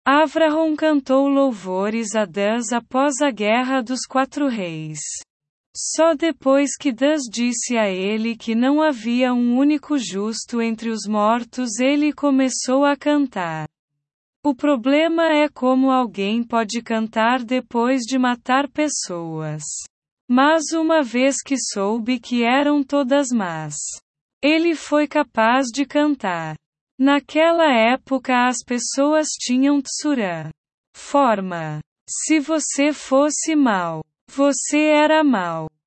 Avraham cantou louvores a Deus após a Guerra dos Quatro Reis. Só depois que Deus disse a ele que não havia um único justo entre os mortos ele começou a cantar. O problema é como alguém pode cantar depois de matar pessoas. Mas uma vez que soube que eram todas más, ele foi capaz de cantar. Naquela época as pessoas tinham tsura. Forma. Se você fosse mau, você era mau.